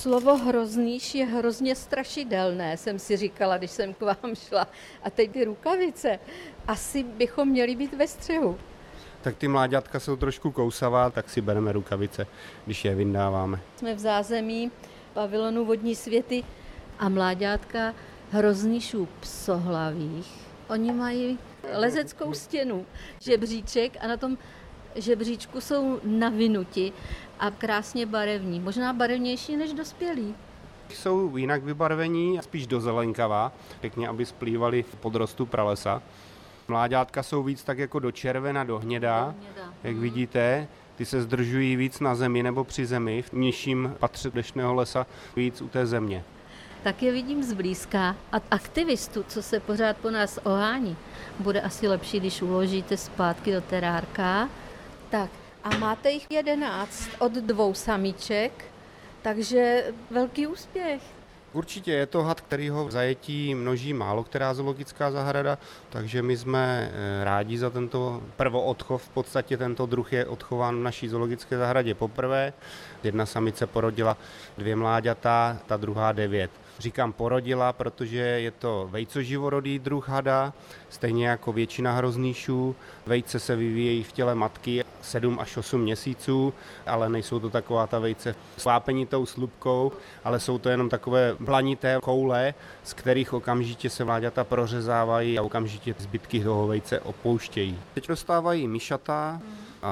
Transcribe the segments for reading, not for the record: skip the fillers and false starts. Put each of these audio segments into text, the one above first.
Slovo hroznýš je hrozně strašidelné, jsem si říkala, když jsem k vám šla. A teď ty rukavice, asi bychom měli být ve střehu. Tak ty mláďátka jsou trošku kousavá, tak si bereme rukavice, když je vyndáváme. Jsme v zázemí pavilonu Vodní světy a mláďátka hroznýšů psohlavých. Oni mají lezeckou stěnu, žebříček a na tom žebříčku jsou navinuti a krásně barevní. Možná barevnější než dospělí. Jsou jinak vybarvení, spíš dozelenkavá, pěkně, aby splývaly v podrostu pralesa. Mláďátka jsou víc tak jako do červena, do hněda, jak vidíte. Ty se zdržují víc na zemi nebo při zemi, v nižším patře deštného lesa, víc u té země. Tak je vidím zblízka a aktivistů, co se pořád po nás ohání, bude asi lepší, když uložíte zpátky do terárka. Tak a máte jich 11 od 2 samiček, takže velký úspěch. Určitě je to had, kterýho v zajetí množí málo která zoologická zahrada, takže my jsme rádi za tento prvoodchov. V podstatě tento druh je odchován v naší zoologické zahradě poprvé. Jedna samice porodila 2 mláďata, ta druhá 9. Říkám porodila, protože je to vejcoživorodý druh hada, stejně jako většina hroznýšů. Vejce se vyvíjejí v těle matky 7 až 8 měsíců, ale nejsou to taková ta vejce s vápenitou slupkou, ale jsou to jenom takové planité koule, z kterých okamžitě se mláďata prořezávají a okamžitě zbytky toho vejce opouštějí. Teď dostávají myšata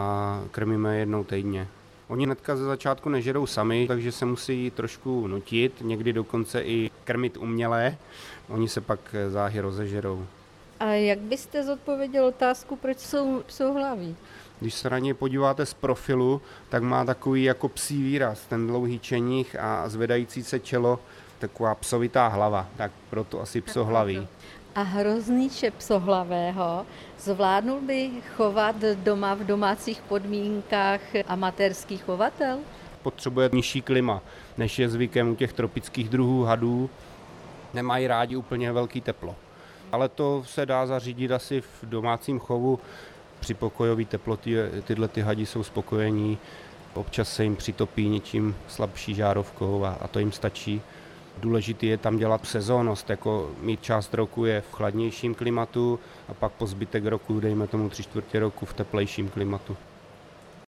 a krmíme jednou týdně. Oni hnedka ze začátku nežerou sami, takže se musí trošku nutit, někdy dokonce i krmit uměle. Oni se pak záhy rozežerou. A jak byste zodpověděl otázku, proč jsou psohlaví? Když se na něj podíváte z profilu, tak má takový jako psí výraz, ten dlouhý čenich a zvedající se čelo, taková psovitá hlava, tak proto asi psohlaví. A hroznýše psohlavého zvládnul by chovat doma v domácích podmínkách amatérský chovatel? Potřebuje nižší klima, než je zvykem u těch tropických druhů hadů. Nemají rádi úplně velký teplo. Ale to se dá zařídit asi v domácím chovu. Při pokojové teplotě tyhle ty hadi jsou spokojení. Občas se jim přitopí něčím slabší žárovkou a to jim stačí. Důležité je tam dělat sezónnost, jako mít část roku je v chladnějším klimatu a pak po zbytek roku, dejme tomu 3/4 roku v teplejším klimatu.